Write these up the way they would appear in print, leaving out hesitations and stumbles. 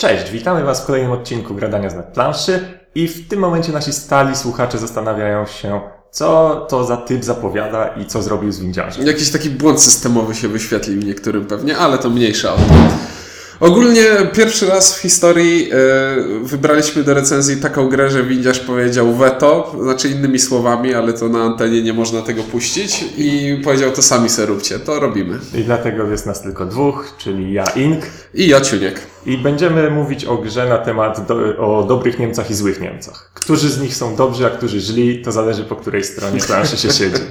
Cześć, witamy Was w kolejnym odcinku Gradania z nadplanszy i w tym momencie nasi stali słuchacze zastanawiają się, co to za typ zapowiada i co zrobił z windziarzem. Jakiś taki błąd systemowy się wyświetlił niektórym pewnie, ale to mniejsza o to. Ogólnie pierwszy raz w historii wybraliśmy do recenzji taką grę, że windziarz powiedział veto, znaczy innymi słowami, ale to na antenie nie można tego puścić i powiedział to sami se róbcie, to robimy. I dlatego jest nas tylko dwóch, czyli ja Ink i ja Ciuniek. I będziemy mówić o grze na temat o dobrych Niemcach i złych Niemcach. Którzy z nich są dobrzy, a którzy źli, to zależy po której stronie planszy się siedzi.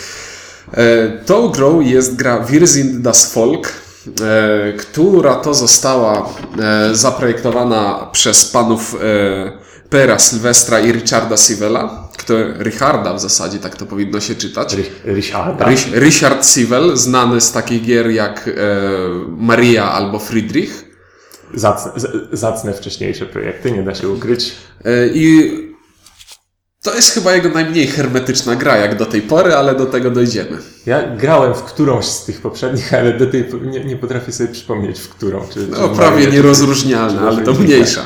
Tą grą jest gra Wir sind das Volk, która to została zaprojektowana przez panów Pera Sylwestra i Richarda Sivela, Richarda w zasadzie, tak to powinno się czytać. Richard Sivel, znany z takich gier jak Maria albo Friedrich. Zacne wcześniejsze projekty, nie da się ukryć. I to jest chyba jego najmniej hermetyczna gra jak do tej pory, ale do tego dojdziemy. Ja grałem w którąś z tych poprzednich, ale do tej nie potrafię sobie przypomnieć w którą. No prawie nierozróżnialne, ale to mniejsza.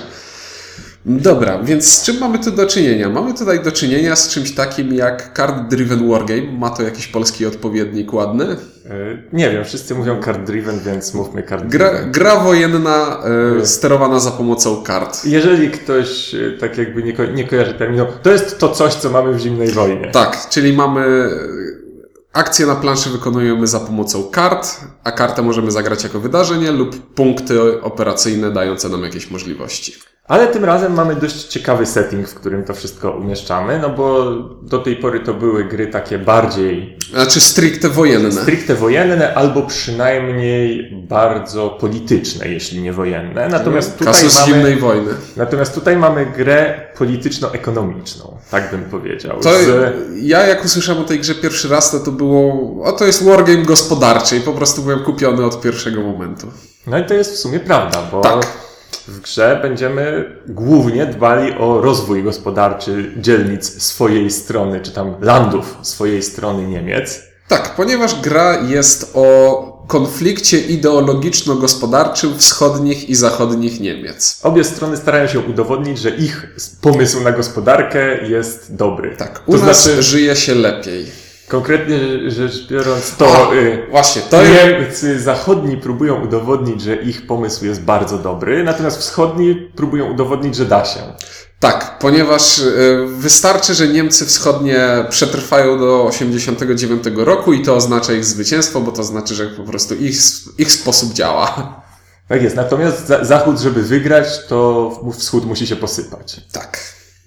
Dobra, więc z czym mamy tu do czynienia? Mamy tutaj do czynienia z czymś takim jak Card Driven Wargame. Ma to jakiś polski odpowiednik ładny? Nie wiem, wszyscy mówią Card Driven, więc mówmy Card Driven. Gra wojenna sterowana za pomocą kart. Jeżeli ktoś tak jakby nie kojarzy terminu, to jest to coś, co mamy w zimnej wojnie. Tak, czyli mamy akcje na planszy wykonujemy za pomocą kart, a kartę możemy zagrać jako wydarzenie lub punkty operacyjne dające nam jakieś możliwości. Ale tym razem mamy dość ciekawy setting, w którym to wszystko umieszczamy, no bo do tej pory to były gry takie bardziej... Znaczy stricte wojenne. Stricte wojenne, albo przynajmniej bardzo polityczne, jeśli nie wojenne. Natomiast tutaj Kasus zimnej wojny. Natomiast tutaj mamy grę polityczno-ekonomiczną, tak bym powiedział. Ja jak usłyszałem o tej grze pierwszy raz, to było... to jest wargame gospodarczy i po prostu byłem kupiony od pierwszego momentu. No i to jest w sumie prawda, bo... Tak. W grze będziemy głównie dbali o rozwój gospodarczy dzielnic swojej strony, czy tam landów swojej strony Niemiec. Tak, ponieważ gra jest o konflikcie ideologiczno-gospodarczym wschodnich i zachodnich Niemiec. Obie strony starają się udowodnić, że ich pomysł na gospodarkę jest dobry. Tak, u nas żyje się lepiej. Konkretnie rzecz biorąc, właśnie, Niemcy zachodni próbują udowodnić, że ich pomysł jest bardzo dobry, natomiast wschodni próbują udowodnić, że da się. Tak, ponieważ wystarczy, że Niemcy wschodnie przetrwają do 89 roku i to oznacza ich zwycięstwo, bo to znaczy, że po prostu ich sposób działa. Tak jest, natomiast Zachód, żeby wygrać, to wschód musi się posypać. Tak.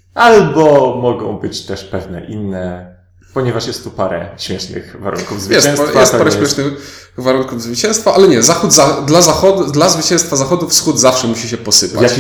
Albo mogą być też pewne inne... Ponieważ jest tu parę śmiesznych warunków zwycięstwa. Jest parę śmiesznych warunków zwycięstwa, ale nie, dla zwycięstwa Zachodu wschód zawsze musi się posypać.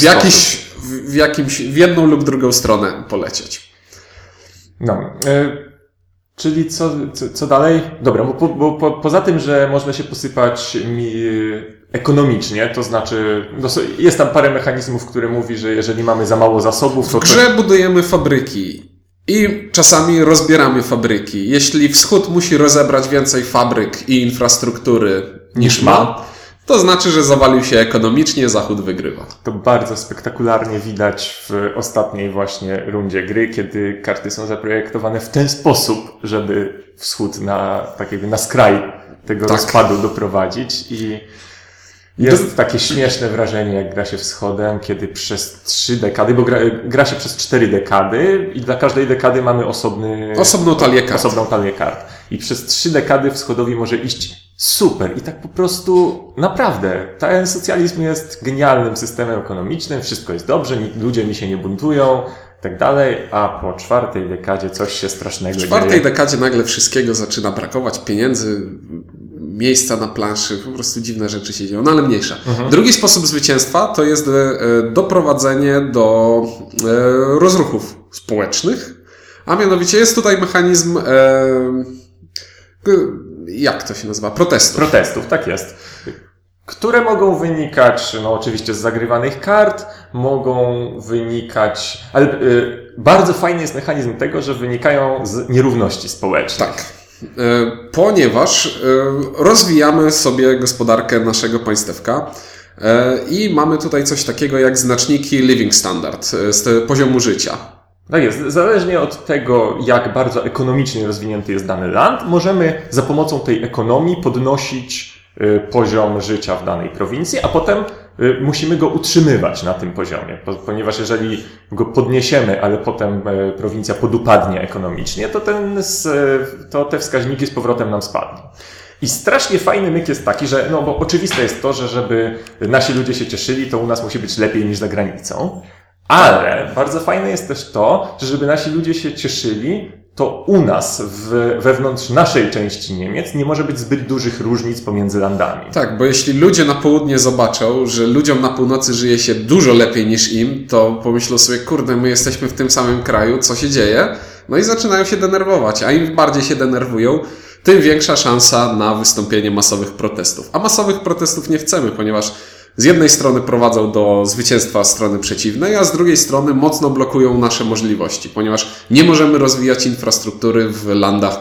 W jedną lub drugą stronę polecieć. No, czyli co dalej? Dobra, bo poza tym, że można się posypać ekonomicznie, to znaczy jest tam parę mechanizmów, które mówi, że jeżeli mamy za mało zasobów, to... W grze budujemy fabryki. I czasami rozbieramy fabryki. Jeśli wschód musi rozebrać więcej fabryk i infrastruktury niż ma, to znaczy, że zawalił się ekonomicznie, Zachód wygrywa. To bardzo spektakularnie widać w ostatniej właśnie rundzie gry, kiedy karty są zaprojektowane w ten sposób, żeby wschód na skraj tego rozpadu doprowadzić i jest takie śmieszne wrażenie, jak gra się wschodem, kiedy przez 3 dekady, bo gra się przez 4 dekady i dla każdej dekady mamy osobną talię kart. I przez 3 dekady wschodowi może iść super. I tak po prostu naprawdę, ten socjalizm jest genialnym systemem ekonomicznym, wszystko jest dobrze, ludzie mi się nie buntują, i tak dalej, a po 4 dekadzie coś się strasznego dzieje. W 4 dekadzie nagle wszystkiego zaczyna brakować, pieniędzy, miejsca na planszy, po prostu dziwne rzeczy się dzieją, no ale mniejsza. Drugi sposób zwycięstwa to jest doprowadzenie do rozruchów społecznych, a mianowicie jest tutaj mechanizm, jak to się nazywa? Protestów, tak jest. Które mogą wynikać, oczywiście z zagrywanych kart, mogą wynikać, ale bardzo fajny jest mechanizm tego, że wynikają z nierówności społecznych. Tak. Ponieważ rozwijamy sobie gospodarkę naszego państewka, I mamy tutaj coś takiego jak znaczniki living standard z poziomu życia. Tak jest. Zależnie od tego, jak bardzo ekonomicznie rozwinięty jest dany land, możemy za pomocą tej ekonomii podnosić poziom życia w danej prowincji, a potem musimy go utrzymywać na tym poziomie, ponieważ jeżeli go podniesiemy, ale potem prowincja podupadnie ekonomicznie, to te wskaźniki z powrotem nam spadną. I strasznie fajny myk jest taki, że, no bo oczywiste jest to, że żeby nasi ludzie się cieszyli, to u nas musi być lepiej niż za granicą. Ale bardzo fajne jest też to, że żeby nasi ludzie się cieszyli, to u nas, wewnątrz naszej części Niemiec, nie może być zbyt dużych różnic pomiędzy landami. Tak, bo jeśli ludzie na południe zobaczą, że ludziom na północy żyje się dużo lepiej niż im, to pomyślą sobie, kurde, my jesteśmy w tym samym kraju, co się dzieje? No i zaczynają się denerwować, a im bardziej się denerwują, tym większa szansa na wystąpienie masowych protestów. A masowych protestów nie chcemy, ponieważ z jednej strony prowadzą do zwycięstwa strony przeciwnej, a z drugiej strony mocno blokują nasze możliwości, ponieważ nie możemy rozwijać infrastruktury w landach,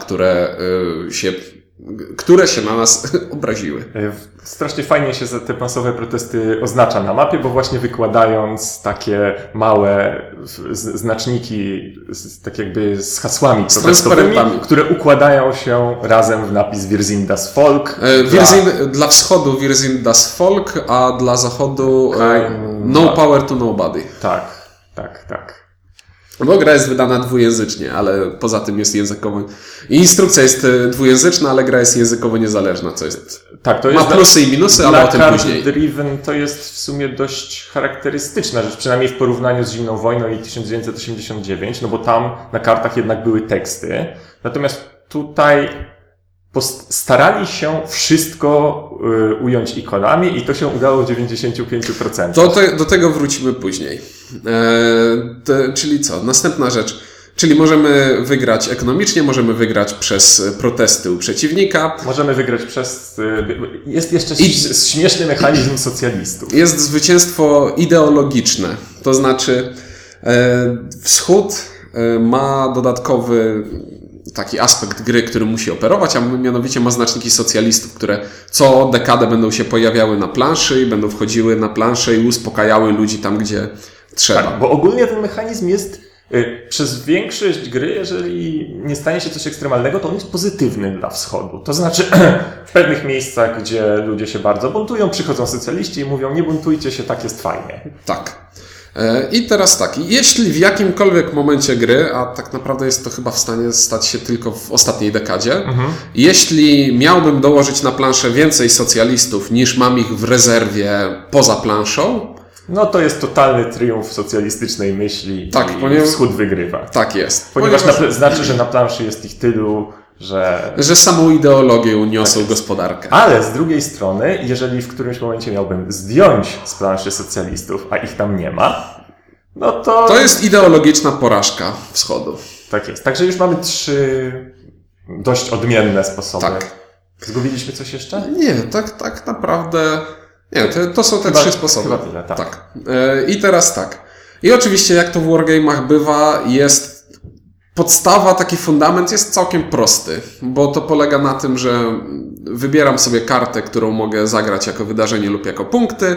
które się na nas obraziły. Strasznie fajnie się te masowe protesty oznacza na mapie, bo właśnie wykładając takie małe znaczniki, tak jakby z hasłami protestowymi, które układają się razem w napis Wir sind das Volk. Dla wschodu Wir sind das Volk, a dla zachodu No Power to Nobody. Tak. Bo gra jest wydana dwujęzycznie, ale poza tym jest językowo... Instrukcja jest dwujęzyczna, ale gra jest językowo niezależna, co jest... Tak, to ma jest plusy i minusy, ale o tym później. Driven to jest w sumie dość charakterystyczna rzecz, przynajmniej w porównaniu z Zimną Wojną i 1989, no bo tam na kartach jednak były teksty. Natomiast tutaj starali się wszystko ująć ikonami i to się udało w 95%. Do tego wrócimy później. Czyli co? Następna rzecz. Czyli możemy wygrać ekonomicznie, możemy wygrać przez protesty u przeciwnika. Możemy wygrać jest jeszcze śmieszny mechanizm socjalistów. Jest zwycięstwo ideologiczne. To znaczy Wschód ma dodatkowy taki aspekt gry, który musi operować, a mianowicie ma znaczniki socjalistów, które co dekadę będą się pojawiały na planszy i będą wchodziły na planszę i uspokajały ludzi tam, gdzie trzeba. Tak, bo ogólnie ten mechanizm jest przez większość gry, jeżeli nie stanie się coś ekstremalnego, to on jest pozytywny dla Wschodu. To znaczy w pewnych miejscach, gdzie ludzie się bardzo buntują, przychodzą socjaliści i mówią, nie buntujcie się, tak jest fajnie. Tak. I teraz tak, jeśli w jakimkolwiek momencie gry, a tak naprawdę jest to chyba w stanie stać się tylko w ostatniej dekadzie, jeśli miałbym dołożyć na planszę więcej socjalistów niż mam ich w rezerwie poza planszą, no to jest totalny triumf socjalistycznej myśli i Wschód wygrywa. Tak jest. Ponieważ znaczy, że na planszy jest ich tylu, że samą ideologię uniosą gospodarkę. Ale z drugiej strony, jeżeli w którymś momencie miałbym zdjąć z planszy socjalistów, a ich tam nie ma, no to... To jest ideologiczna porażka Wschodu. Tak jest. Także już mamy 3 dość odmienne sposoby. Tak. Zgubiliśmy coś jeszcze? Nie, tak naprawdę... Nie, to są te 3 sposoby. Chyba tyle, tak. I teraz tak. I oczywiście jak to w wargame'ach bywa, jest... Podstawa, taki fundament jest całkiem prosty, bo to polega na tym, że wybieram sobie kartę, którą mogę zagrać jako wydarzenie lub jako punkty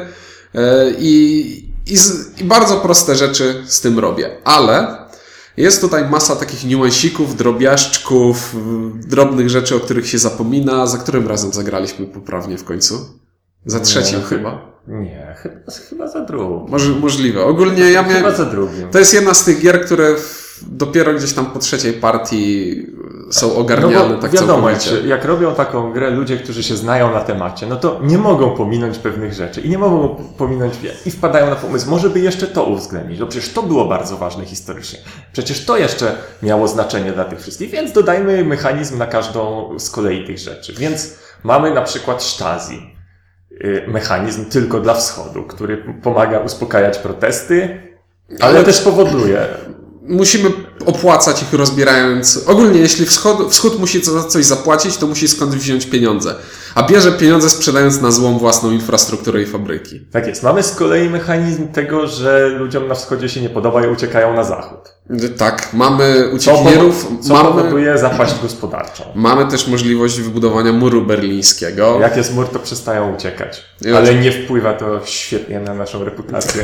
i bardzo proste rzeczy z tym robię. Ale jest tutaj masa takich niuansików, drobiażdżków, drobnych rzeczy, o których się zapomina. Za którym razem zagraliśmy poprawnie w końcu? Za trzecim chyba. Nie, chyba za drugim. Możliwe. Ogólnie ja miałem... Chyba za drugim. To jest jedna z tych gier, które dopiero gdzieś tam po trzeciej partii są ogarniane, no bo tak wiadomo, całkowicie. Jak robią taką grę ludzie, którzy się znają na temacie, no to nie mogą pominąć pewnych rzeczy i nie mogą pominąć i wpadają na pomysł, może by jeszcze to uwzględnić, no przecież to było bardzo ważne historycznie. Przecież to jeszcze miało znaczenie dla tych wszystkich, więc dodajmy mechanizm na każdą z kolei tych rzeczy. Więc mamy na przykład Stasi. Mechanizm tylko dla Wschodu, który pomaga uspokajać protesty, ale też powoduje musimy opłacać ich rozbierając. Ogólnie jeśli wschód musi za coś zapłacić, to musi skądś wziąć pieniądze. A bierze pieniądze sprzedając na złom własną infrastrukturę i fabryki. Tak jest. Mamy z kolei mechanizm tego, że ludziom na wschodzie się nie podoba i uciekają na zachód. Tak, mamy uciekinierów. Co powoduje zapaść gospodarczą. Mamy też możliwość wybudowania muru berlińskiego. Jak jest mur, to przestają uciekać. Ale nie wpływa to świetnie na naszą reputację.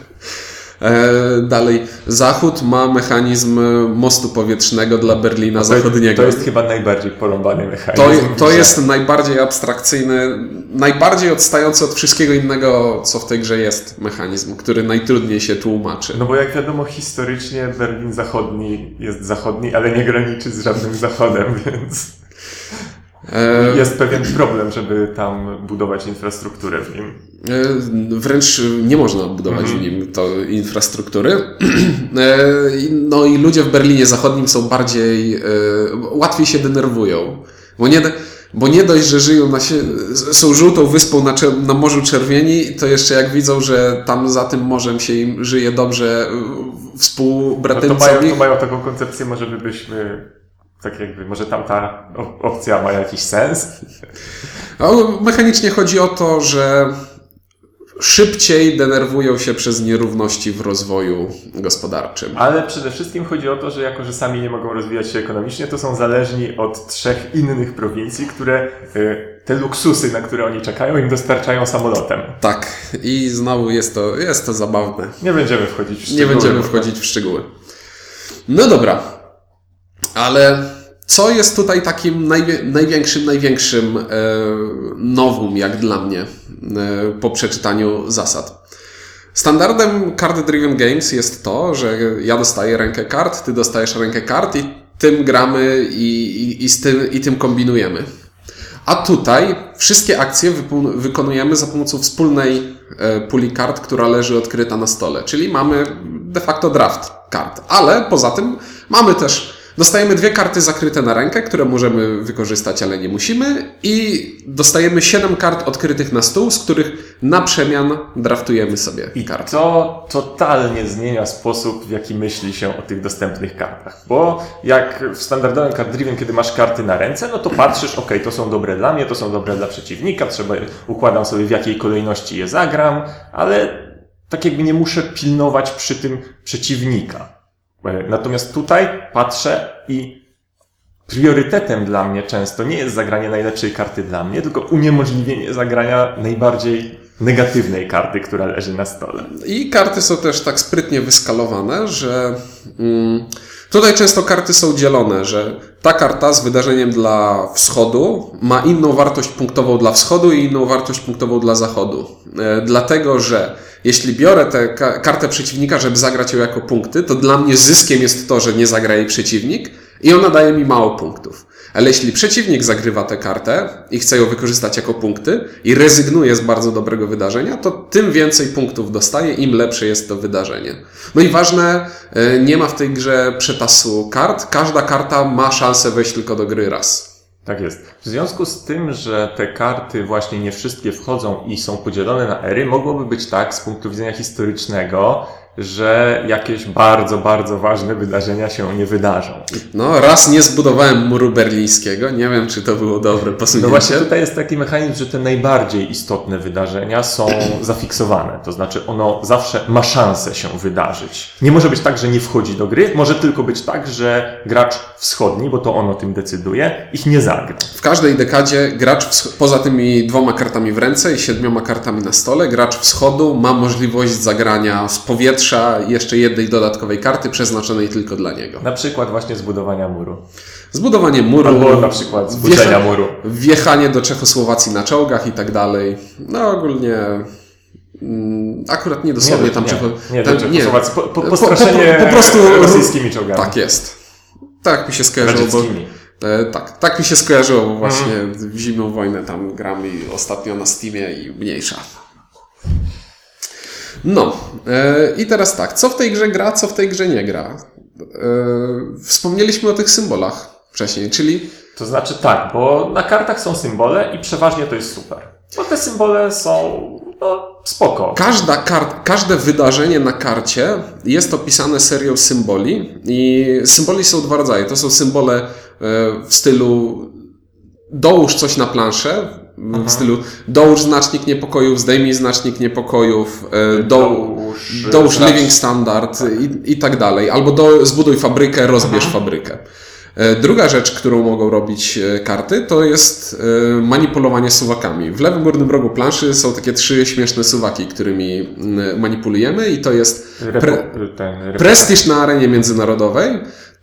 Dalej, Zachód ma mechanizm mostu powietrznego dla Berlina Zachodniego. To jest chyba najbardziej porąbany mechanizm. To jest najbardziej abstrakcyjny, najbardziej odstający od wszystkiego innego, co w tej grze jest mechanizm, który najtrudniej się tłumaczy. No bo jak wiadomo, historycznie Berlin Zachodni jest zachodni, ale nie graniczy z żadnym zachodem, więc jest pewien problem, żeby tam budować infrastrukturę w nim. Wręcz nie można budować w nim infrastruktury. No i ludzie w Berlinie Zachodnim są łatwiej się denerwują. Bo nie dość, że są żółtą wyspą na Morzu Czerwieni, to jeszcze jak widzą, że tam za tym morzem się im żyje dobrze współbratyńcami. To mają taką koncepcję, może byśmy tak jakby, może tamta opcja ma jakiś sens? Mechanicznie chodzi o to, że szybciej denerwują się przez nierówności w rozwoju gospodarczym. Ale przede wszystkim chodzi o to, że jako, że sami nie mogą rozwijać się ekonomicznie, to są zależni od 3 innych prowincji, które te luksusy, na które oni czekają, im dostarczają samolotem. Tak. I znowu jest to zabawne. Nie będziemy wchodzić w szczegóły. Nie będziemy wchodzić w szczegóły. No dobra. Ale co jest tutaj takim największym nowum, jak dla mnie, po przeczytaniu zasad? Standardem Card Driven Games jest to, że ja dostaję rękę kart, ty dostajesz rękę kart i tym gramy i tym kombinujemy. A tutaj wszystkie akcje wykonujemy za pomocą wspólnej puli kart, która leży odkryta na stole. Czyli mamy de facto draft kart. Ale poza tym dostajemy 2 karty zakryte na rękę, które możemy wykorzystać, ale nie musimy. I dostajemy 7 kart odkrytych na stół, z których na przemian draftujemy sobie karty. To totalnie zmienia sposób, w jaki myśli się o tych dostępnych kartach. Bo jak w standardowym card driven, kiedy masz karty na ręce, no to patrzysz, ok, to są dobre dla mnie, to są dobre dla przeciwnika, układam sobie w jakiej kolejności je zagram, ale tak jakby nie muszę pilnować przy tym przeciwnika. Natomiast tutaj patrzę i priorytetem dla mnie często nie jest zagranie najlepszej karty dla mnie, tylko uniemożliwienie zagrania najbardziej negatywnej karty, która leży na stole. I karty są też tak sprytnie wyskalowane, że tutaj często karty są dzielone, że ta karta z wydarzeniem dla wschodu ma inną wartość punktową dla wschodu i inną wartość punktową dla zachodu. Dlatego, że jeśli biorę tę kartę przeciwnika, żeby zagrać ją jako punkty, to dla mnie zyskiem jest to, że nie zagra jej przeciwnik i ona daje mi mało punktów. Ale jeśli przeciwnik zagrywa tę kartę i chce ją wykorzystać jako punkty i rezygnuje z bardzo dobrego wydarzenia, to tym więcej punktów dostaje, im lepsze jest to wydarzenie. No i ważne, nie ma w tej grze przetasu kart. Każda karta ma szansę wejść tylko do gry raz. Tak jest. W związku z tym, że te karty właśnie nie wszystkie wchodzą i są podzielone na ery, mogłoby być tak z punktu widzenia historycznego, że jakieś bardzo, bardzo ważne wydarzenia się nie wydarzą. No, raz nie zbudowałem muru berlińskiego. Nie wiem, czy to było dobre posunięcie. No właśnie tutaj jest taki mechanizm, że te najbardziej istotne wydarzenia są zafiksowane. To znaczy ono zawsze ma szansę się wydarzyć. Nie może być tak, że nie wchodzi do gry. Może tylko być tak, że gracz wschodni, bo to on o tym decyduje, ich nie zagra. W każdej dekadzie gracz, poza tymi 2 kartami w ręce i 7 kartami na stole, gracz wschodu ma możliwość zagrania z powietrza jeszcze jednej dodatkowej karty przeznaczonej tylko dla niego. Na przykład właśnie zbudowania muru. Zbudowanie muru. Albo na przykład zburzenia muru. Wjechanie do Czechosłowacji na czołgach i tak dalej. No ogólnie akurat nie dosłownie tam Czechosłowacji. Postraszenie po prostu rosyjskimi czołgami. Tak jest. Tak mi się skojarzyło. Tak mi się skojarzyło, bo właśnie w zimną wojnę tam gram i ostatnio na Steamie i mniejsza. No, i teraz tak, co w tej grze gra, co w tej grze nie gra? Wspomnieliśmy o tych symbolach wcześniej, czyli... To znaczy tak, bo na kartach są symbole i przeważnie to jest super. Bo te symbole są spoko. Każde wydarzenie na karcie jest opisane serią symboli i symboli są dwa rodzaje. To są symbole w stylu dołóż coś na planszę, w stylu dołóż znacznik niepokojów, zdejmij znacznik niepokojów, dołóż living standard i tak dalej. Albo zbuduj fabrykę, rozbierz fabrykę. Druga rzecz, którą mogą robić karty, to jest manipulowanie suwakami. W lewym górnym rogu planszy są takie 3 śmieszne suwaki, którymi manipulujemy i to jest prestiż na arenie międzynarodowej,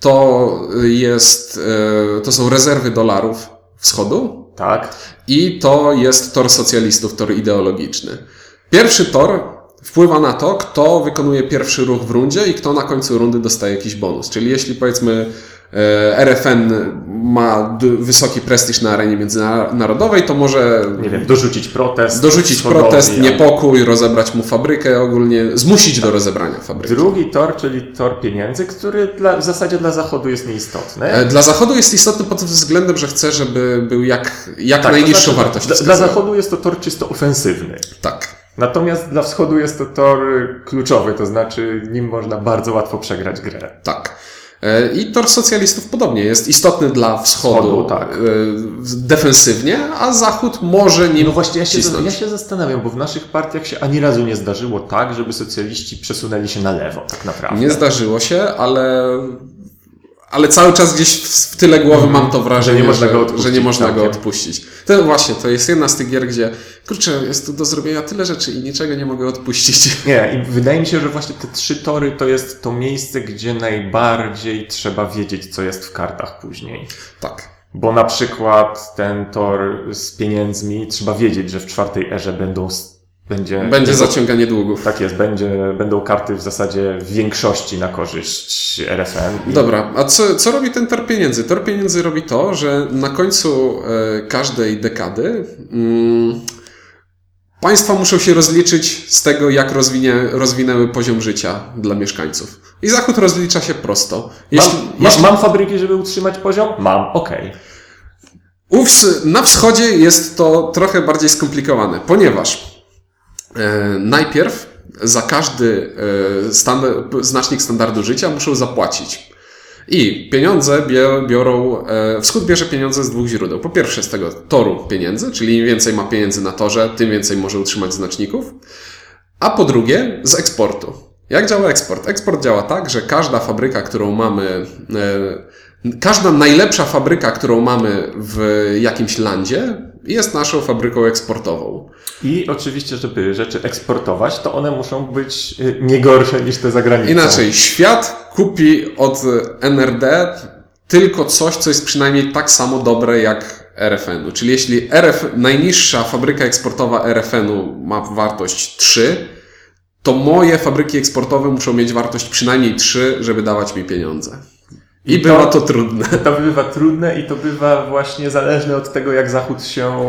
to są rezerwy dolarów wschodu. Tak. I to jest tor socjalistów, tor ideologiczny. Pierwszy tor wpływa na to, kto wykonuje pierwszy ruch w rundzie i kto na końcu rundy dostaje jakiś bonus. Czyli jeśli powiedzmy RFN ma wysoki prestiż na arenie międzynarodowej, to może dorzucić protest, niepokój, rozebrać mu fabrykę ogólnie, zmusić do rozebrania fabryki. Drugi tor, czyli tor pieniędzy, który w zasadzie dla Zachodu jest nieistotny. Dla Zachodu jest istotny pod tym względem, że chce, żeby był jak najniższą wartość. Dla Zachodu jest to tor czysto ofensywny. Tak. Natomiast dla Wschodu jest to tor kluczowy, to znaczy nim można bardzo łatwo przegrać grę. Tak. I tor socjalistów podobnie jest istotny dla wschodu tak. Defensywnie, a Zachód może nim właśnie ja się zastanawiam, bo w naszych partiach się ani razu nie zdarzyło tak, żeby socjaliści przesunęli się na lewo, tak naprawdę. Nie zdarzyło się, ale cały czas gdzieś w tyle głowy mam to wrażenie, że nie można go odpuścić. To jest jedna z tych gier, gdzie kurczę, jest tu do zrobienia tyle rzeczy i niczego nie mogę odpuścić. Nie, i wydaje mi się, że właśnie te 3 tory to jest to miejsce, gdzie najbardziej trzeba wiedzieć, co jest w kartach później. Tak. Bo na przykład ten tor z pieniędzmi, trzeba wiedzieć, że w 4. erze będzie zaciąganie długów. Tak jest, będą karty w zasadzie w większości na korzyść RFN. Dobra, a co robi ten tor pieniędzy? Tor pieniędzy robi to, że na końcu każdej dekady państwa muszą się rozliczyć z tego, jak rozwinęły poziom życia dla mieszkańców. I Zachód rozlicza się prosto. Mam fabryki, żeby utrzymać poziom? Mam, okej. Na wschodzie jest to trochę bardziej skomplikowane, ponieważ najpierw za każdy znacznik standardu życia muszą zapłacić. I pieniądze Wschód bierze pieniądze z 2 źródeł. Po pierwsze z tego toru pieniędzy, czyli im więcej ma pieniędzy na torze, tym więcej może utrzymać znaczników. A po drugie z eksportu. Jak działa eksport? Eksport działa tak, że każda fabryka, którą mamy, każda najlepsza fabryka, którą mamy w jakimś landzie, jest naszą fabryką eksportową. I oczywiście, żeby rzeczy eksportować, to one muszą być nie gorsze niż te zagraniczne. Inaczej, świat kupi od NRD tylko coś, co jest przynajmniej tak samo dobre jak RFN-u. Czyli jeśli najniższa fabryka eksportowa RFN-u ma wartość 3, to moje fabryki eksportowe muszą mieć wartość przynajmniej 3, żeby dawać mi pieniądze. I bywa to trudne. To bywa trudne i to bywa właśnie zależne od tego, jak Zachód się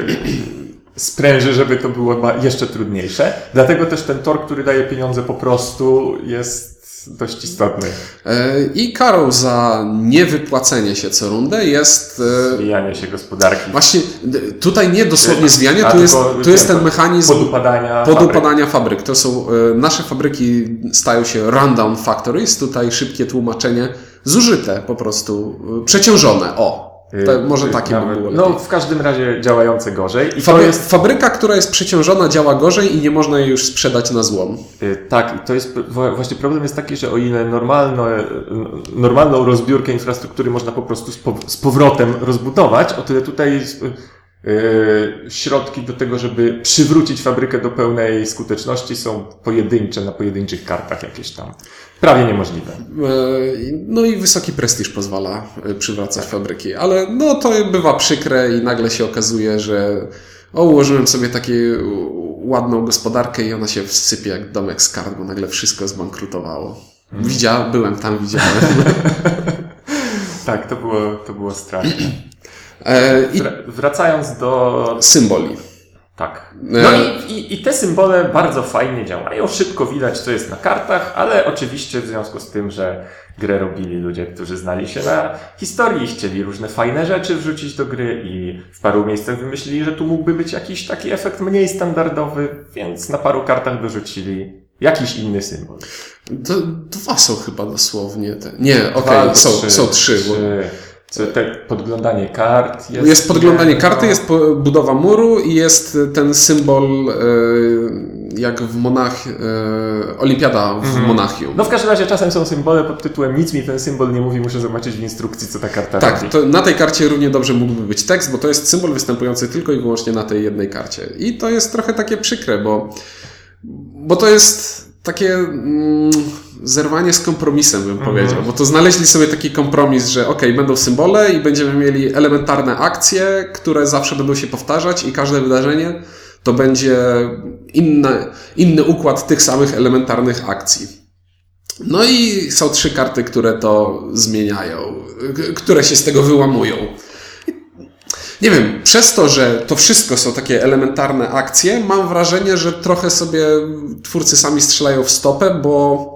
spręży, żeby to było jeszcze trudniejsze. Dlatego też ten tor, który daje pieniądze po prostu, jest dość istotny. I karą za niewypłacenie się co rundę jest zwijanie się gospodarki. Właśnie tutaj nie dosłownie zwijanie, tu jest ten mechanizm podupadania fabryk. To są nasze fabryki stają się rundown factories, tutaj szybkie tłumaczenie, zużyte po prostu, przeciążone. Może takie by było lepiej. No, w każdym razie działające gorzej. I fabryka, która jest przeciążona, działa gorzej i nie można jej już sprzedać na złom. Tak, i to jest właśnie problem jest taki, że o ile normalną rozbiórkę infrastruktury można po prostu z powrotem rozbudować, o tyle tutaj środki do tego, żeby przywrócić fabrykę do pełnej skuteczności są pojedyncze, na pojedynczych kartach jakieś tam. Prawie niemożliwe. No i wysoki prestiż pozwala przywracać fabryki, ale no to bywa przykre i nagle się okazuje, że ułożyłem sobie taką ładną gospodarkę i ona się wsypie jak domek z kart, bo nagle wszystko zbankrutowało. Byłem tam, widziałem. Tak, to było straszne. Wracając do symboli. Tak. No i te symbole bardzo fajnie działają, szybko widać, co jest na kartach, ale oczywiście w związku z tym, że grę robili ludzie, którzy znali się na historii, chcieli różne fajne rzeczy wrzucić do gry i w paru miejscach wymyślili, że tu mógłby być jakiś taki efekt mniej standardowy, więc na paru kartach dorzucili jakiś inny symbol. Dwa są chyba dosłownie. Nie, okej, są trzy. Podglądanie kart. Jest podglądanie karty, jest budowa muru i jest ten symbol jak w Olimpiada w Monachium. No w każdym razie czasem są symbole pod tytułem nic mi ten symbol nie mówi, muszę zobaczyć w instrukcji, co ta karta robi. Tak, to na tej karcie równie dobrze mógłby być tekst, bo to jest symbol występujący tylko i wyłącznie na tej jednej karcie. I to jest trochę takie przykre, bo to jest takie zerwanie z kompromisem, bym powiedział. Bo to znaleźli sobie taki kompromis, że będą symbole i będziemy mieli elementarne akcje, które zawsze będą się powtarzać i każde wydarzenie to będzie inny układ tych samych elementarnych akcji. No i są 3 karty, które to zmieniają, które się z tego wyłamują. Nie wiem, przez to, że to wszystko są takie elementarne akcje, mam wrażenie, że trochę sobie twórcy sami strzelają w stopę, bo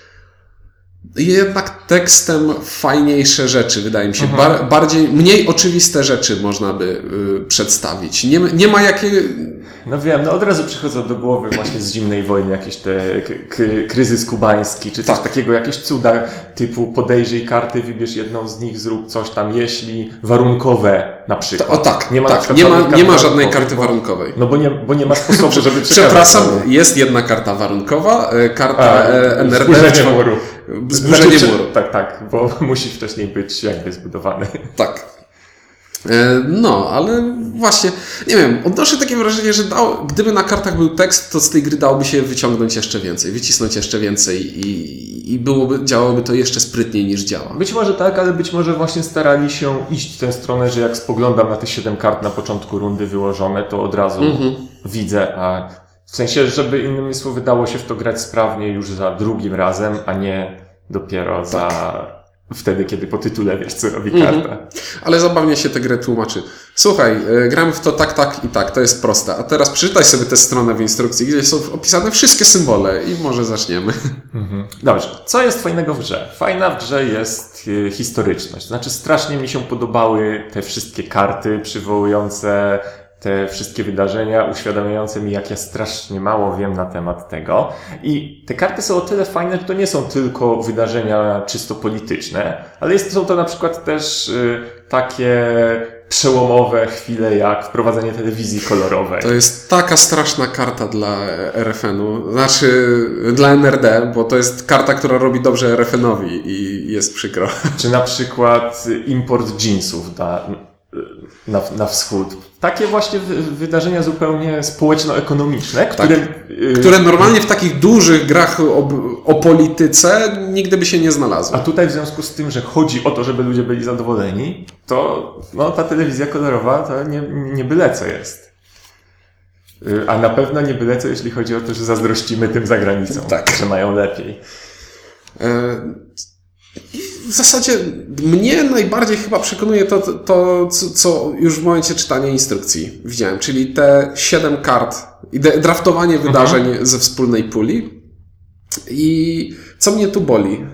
jednak tekstem fajniejsze rzeczy, wydaje mi się. Mniej oczywiste rzeczy można by przedstawić. Nie ma No wiem, od razu przychodzą do głowy właśnie z zimnej wojny jakieś te kryzys kubański, czy coś takiego, jakieś cuda typu podejrzyj karty, wybierz jedną z nich, zrób coś tam, jeśli warunkowe na przykład. Nie ma żadnej karty warunkowej. No bo nie ma sposobu, żeby przekazać. Przepraszam, jest jedna karta warunkowa, karta NRD. Zburzenie muru. Tak, bo musi wcześniej być jakby zbudowany. Tak. No, ale właśnie, nie wiem, odnoszę takie wrażenie, że gdyby na kartach był tekst, to z tej gry dałoby się wyciągnąć jeszcze więcej, wycisnąć jeszcze więcej i działałoby to jeszcze sprytniej niż działa. Być może tak, ale być może właśnie starali się iść w tę stronę, że jak spoglądam na te 7 kart na początku rundy wyłożone, to od razu widzę, a w sensie, żeby innymi słowy dało się w to grać sprawnie już za drugim razem, a nie dopiero wtedy, kiedy po tytule wiesz, co robi karta. Ale zabawnie się tę grę tłumaczy. Słuchaj, gramy w to tak i tak, to jest proste. A teraz przeczytaj sobie tę stronę w instrukcji, gdzie są opisane wszystkie symbole i może zaczniemy. Dobrze. Co jest fajnego w grze? Fajna w grze jest historyczność. Znaczy strasznie mi się podobały te wszystkie karty przywołujące te wszystkie wydarzenia, uświadamiające mi, jak ja strasznie mało wiem na temat tego. I te karty są o tyle fajne, że to nie są tylko wydarzenia czysto polityczne, ale są to na przykład też takie przełomowe chwile, jak wprowadzenie telewizji kolorowej. To jest taka straszna karta dla RFN-u, znaczy dla NRD, bo to jest karta, która robi dobrze RFN-owi i jest przykro. Czy na przykład import jeansów na wschód. Takie właśnie wydarzenia zupełnie społeczno-ekonomiczne, które normalnie w takich dużych grach o polityce nigdy by się nie znalazły. A tutaj w związku z tym, że chodzi o to, żeby ludzie byli zadowoleni, to ta telewizja kolorowa to nie byle co jest. A na pewno nie byle co, jeśli chodzi o to, że zazdrościmy tym za granicą, że mają lepiej. W zasadzie mnie najbardziej chyba przekonuje to, co już w momencie czytania instrukcji widziałem, czyli te 7 kart i draftowanie wydarzeń ze wspólnej puli. I co mnie tu boli?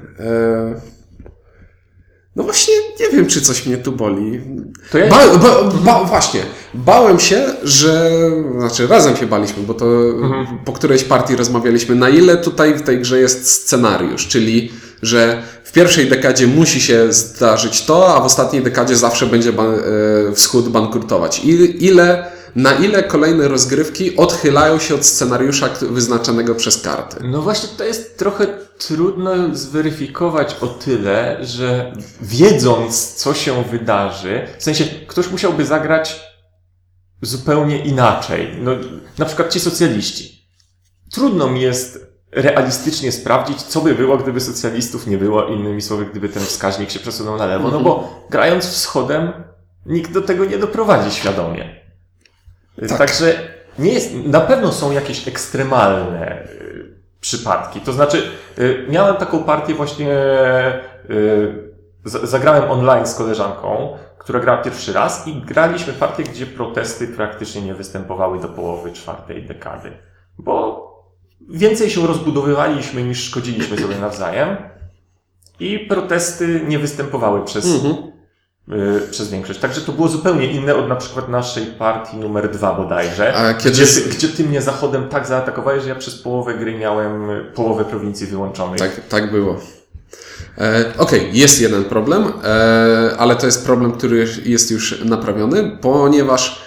No właśnie, nie wiem, czy coś mnie tu boli. Właśnie, bałem się, znaczy razem się baliśmy, bo to po którejś partii rozmawialiśmy, na ile tutaj w tej grze jest scenariusz, czyli że w pierwszej dekadzie musi się zdarzyć to, a w ostatniej dekadzie zawsze będzie wschód bankrutować. Na ile kolejne rozgrywki odchylają się od scenariusza wyznaczonego przez karty. No właśnie, to jest trochę trudno zweryfikować o tyle, że wiedząc, co się wydarzy, w sensie ktoś musiałby zagrać zupełnie inaczej. No, na przykład ci socjaliści. Trudno mi jest realistycznie sprawdzić, co by było, gdyby socjalistów nie było, innymi słowy, gdyby ten wskaźnik się przesunął na lewo, no bo grając wschodem nikt do tego nie doprowadzi świadomie. Także na pewno są jakieś ekstremalne przypadki. To znaczy, miałem taką partię właśnie zagrałem online z koleżanką, która grała pierwszy raz i graliśmy partię, gdzie protesty praktycznie nie występowały do połowy 4. dekady. Bo więcej się rozbudowywaliśmy niż szkodziliśmy sobie nawzajem i protesty nie występowały przez większość. Także to było zupełnie inne od na przykład naszej partii numer 2 bodajże, gdzie ty mnie zachodem tak zaatakowałeś, że ja przez połowę gry miałem połowę prowincji wyłączonej. Tak było. Okej, jest jeden problem, ale to jest problem, który jest już naprawiony, ponieważ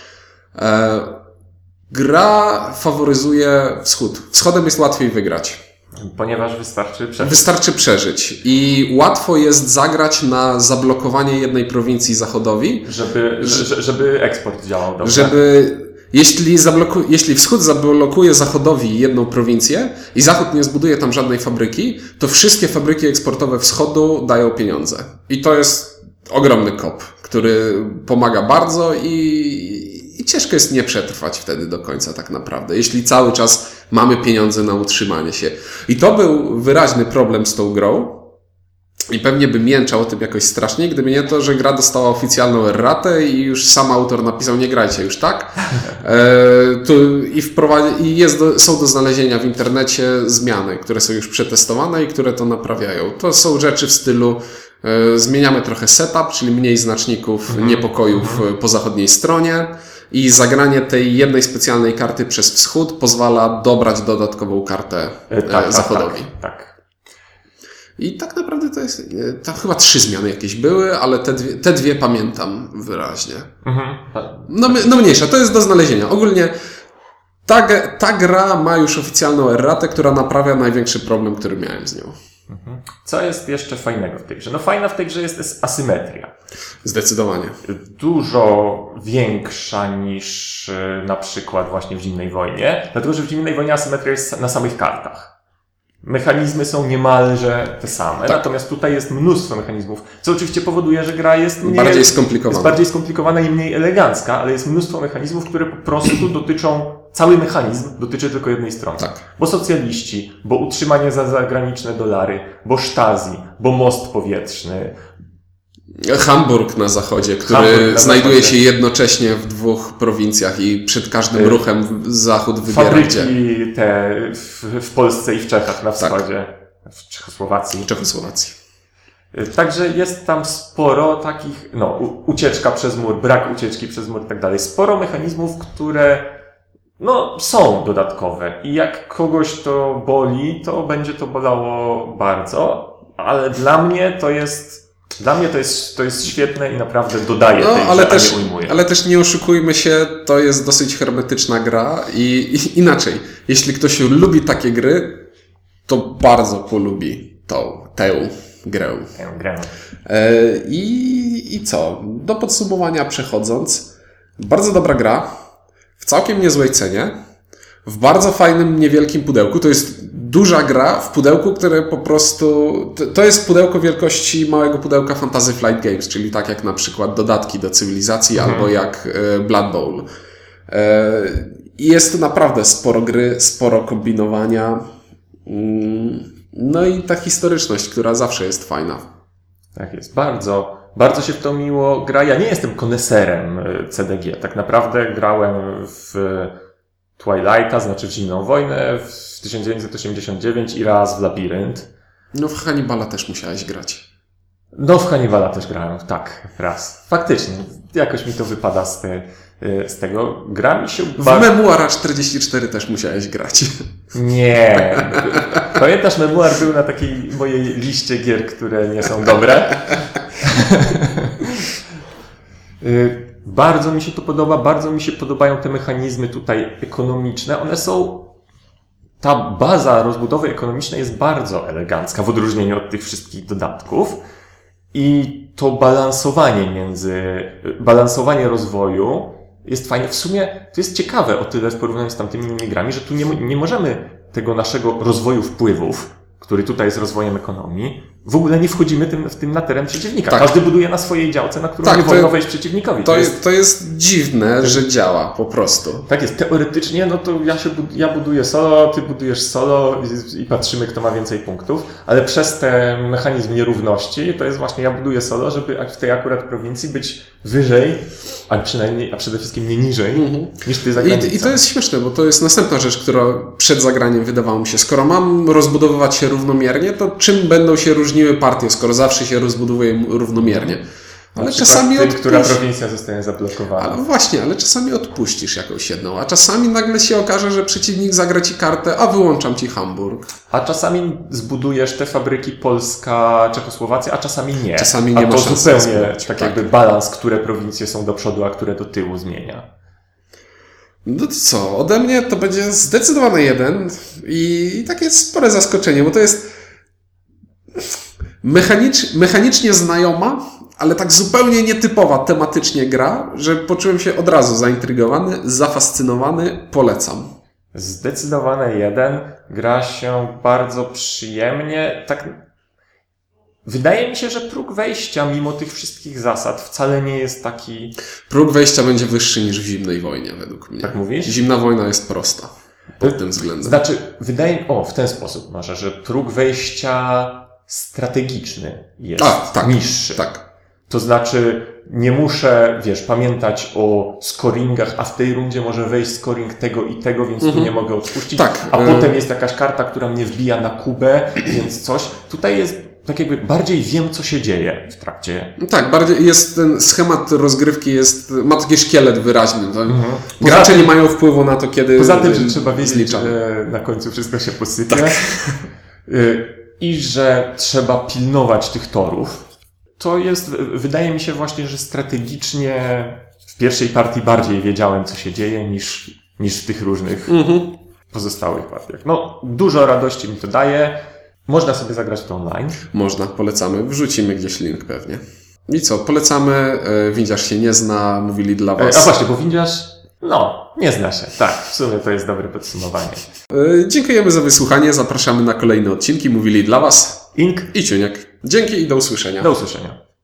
gra faworyzuje wschód. Wschodem jest łatwiej wygrać. Ponieważ wystarczy przeżyć. Wystarczy przeżyć. I łatwo jest zagrać na zablokowanie jednej prowincji Zachodowi. Żeby eksport działał dobrze. Jeśli Wschód zablokuje Zachodowi jedną prowincję i Zachód nie zbuduje tam żadnej fabryki, to wszystkie fabryki eksportowe Wschodu dają pieniądze. I to jest ogromny kop, który pomaga bardzo i ciężko jest nie przetrwać wtedy do końca tak naprawdę, jeśli cały czas mamy pieniądze na utrzymanie się. I to był wyraźny problem z tą grą i pewnie bym jęczał o tym jakoś strasznie, gdyby nie to, że gra dostała oficjalną erratę i już sam autor napisał, nie grajcie już tak. Są do znalezienia w internecie zmiany, które są już przetestowane i które to naprawiają. To są rzeczy w stylu zmieniamy trochę setup, czyli mniej znaczników niepokojów po zachodniej stronie i zagranie tej jednej specjalnej karty przez wschód pozwala dobrać dodatkową kartę zachodowi. Tak. I tak naprawdę to jest, tam chyba 3 zmiany jakieś były, ale te dwie pamiętam wyraźnie. No mniejsza, to jest do znalezienia. Ogólnie ta gra ma już oficjalną erratę, która naprawia największy problem, który miałem z nią. Co jest jeszcze fajnego w tej grze? No fajna w tej grze jest asymetria. Zdecydowanie. Dużo większa niż na przykład właśnie w Zimnej Wojnie, dlatego że w Zimnej Wojnie asymetria jest na samych kartach. Mechanizmy są niemalże te same, natomiast tutaj jest mnóstwo mechanizmów, co oczywiście powoduje, że gra jest bardziej skomplikowana i mniej elegancka, ale jest mnóstwo mechanizmów, które po prostu cały mechanizm dotyczy tylko jednej strony. Tak. Bo socjaliści, bo utrzymanie za zagraniczne dolary, bo Stasi, bo most powietrzny. Hamburg na zachodzie, który znajduje się jednocześnie w 2 prowincjach i przed każdym ruchem Zachód wybiera fabryki te w Polsce i w Czechach na wschodzie, w Czechosłowacji. Także jest tam sporo takich, ucieczka przez mur, brak ucieczki przez mur i tak dalej. Sporo mechanizmów, które są dodatkowe i jak kogoś to boli, to będzie to bolało bardzo, ale dla mnie to jest świetne i naprawdę dodaje tej grze, a nie ujmuje. Ale też nie oszukujmy się, to jest dosyć hermetyczna gra i inaczej. Jeśli ktoś lubi takie gry, to bardzo polubi tę grę. I co? Do podsumowania przechodząc, bardzo dobra gra, w całkiem niezłej cenie, w bardzo fajnym, niewielkim pudełku. To jest duża gra w pudełku, które po prostu... To jest pudełko wielkości małego pudełka Fantasy Flight Games, czyli tak jak na przykład dodatki do Cywilizacji albo jak Blood Bowl. I jest tu naprawdę sporo gry, sporo kombinowania. No i ta historyczność, która zawsze jest fajna. Tak jest, bardzo, bardzo się w to miło gra. Ja nie jestem koneserem CDG. Tak naprawdę grałem w Twilighta, znaczy w Zimną Wojnę w 1989 i raz w Labirynt. No w Hannibala też musiałeś grać. No w Hannibala też grałem, tak, raz. Faktycznie, jakoś mi to wypada z tego. Gra mi się w Memoira 44 też musiałeś grać. Nie. Pamiętasz, Memoir był na takiej mojej liście gier, które nie są dobre. Bardzo mi się to podoba, bardzo mi się podobają te mechanizmy tutaj ekonomiczne. Ta baza rozbudowy ekonomicznej jest bardzo elegancka w odróżnieniu od tych wszystkich dodatków. I to balansowanie rozwoju jest fajne. W sumie to jest ciekawe o tyle w porównaniu z tamtymi innymi grami, że tu nie możemy tego naszego rozwoju wpływów, który tutaj jest rozwojem ekonomii, w ogóle nie wchodzimy w tym na teren przeciwnika. Tak. Każdy buduje na swojej działce, na którą Tak, nie wolno wejść przeciwnikowi. To jest dziwne, że działa po prostu. Tak jest, teoretycznie, no to ja buduję solo, ty budujesz solo i patrzymy, kto ma więcej punktów, ale przez ten mechanizm nierówności, to jest właśnie ja buduję solo, żeby w tej akurat prowincji być wyżej, a przede wszystkim nie niżej, niż ty za granicą. I to jest śmieszne, bo to jest następna rzecz, która przed zagraniem wydawało mi się, skoro mam rozbudowywać się równomiernie, to czym będą się różniły partie, skoro zawsze się rozbudowuje równomiernie? Ale czasami która prowincja zostanie zablokowana. Ale właśnie, ale czasami odpuścisz jakąś jedną, a czasami nagle się okaże, że przeciwnik zagra ci kartę, a wyłączam ci Hamburg. A czasami zbudujesz te fabryki Polska, Czechosłowacja, a czasami nie. Czasami nie a ma to szans zupełnie zbudować, tak tak. jakby balans, które prowincje są do przodu, a które do tyłu zmienia. No to co, ode mnie to będzie zdecydowanie 1 i takie spore zaskoczenie, bo to jest mechanicznie znajoma, ale tak zupełnie nietypowa tematycznie gra, że poczułem się od razu zaintrygowany, zafascynowany, polecam. Zdecydowane 1. Gra się bardzo przyjemnie. Tak. Wydaje mi się, że próg wejścia, mimo tych wszystkich zasad, wcale nie jest taki... Próg wejścia będzie wyższy niż w Zimnej Wojnie, według mnie. Tak mówisz? Zimna Wojna jest prosta pod tym względem. Znaczy, w ten sposób może, że próg wejścia strategiczny jest niższy. Tak. To znaczy, nie muszę, pamiętać o scoringach, a w tej rundzie może wejść scoring tego i tego, więc tu nie mogę odpuścić. Tak. A potem jest jakaś karta, która mnie wbija na Kubę, więc coś. Tutaj jest tak jakby bardziej wiem, co się dzieje w trakcie. Tak, bardziej jest ten schemat rozgrywki, ma taki szkielet wyraźny. Gracze nie mają wpływu na to, kiedy poza tym, że trzeba wiedzieć, że na końcu wszystko się posypie. Tak. I że trzeba pilnować tych torów. To jest, wydaje mi się właśnie, że strategicznie w pierwszej partii bardziej wiedziałem, co się dzieje, niż w tych różnych pozostałych partiach. No, dużo radości mi to daje. Można sobie zagrać to online. Można, polecamy. Wrzucimy gdzieś link pewnie. I co, polecamy. Windziarz się nie zna, mówili dla was. A właśnie, bo windziarz, nie zna się. Tak, w sumie to jest dobre podsumowanie. Dziękujemy za wysłuchanie. Zapraszamy na kolejne odcinki. Mówili dla was Ink i Ciuniek. Dzięki i do usłyszenia. Do usłyszenia.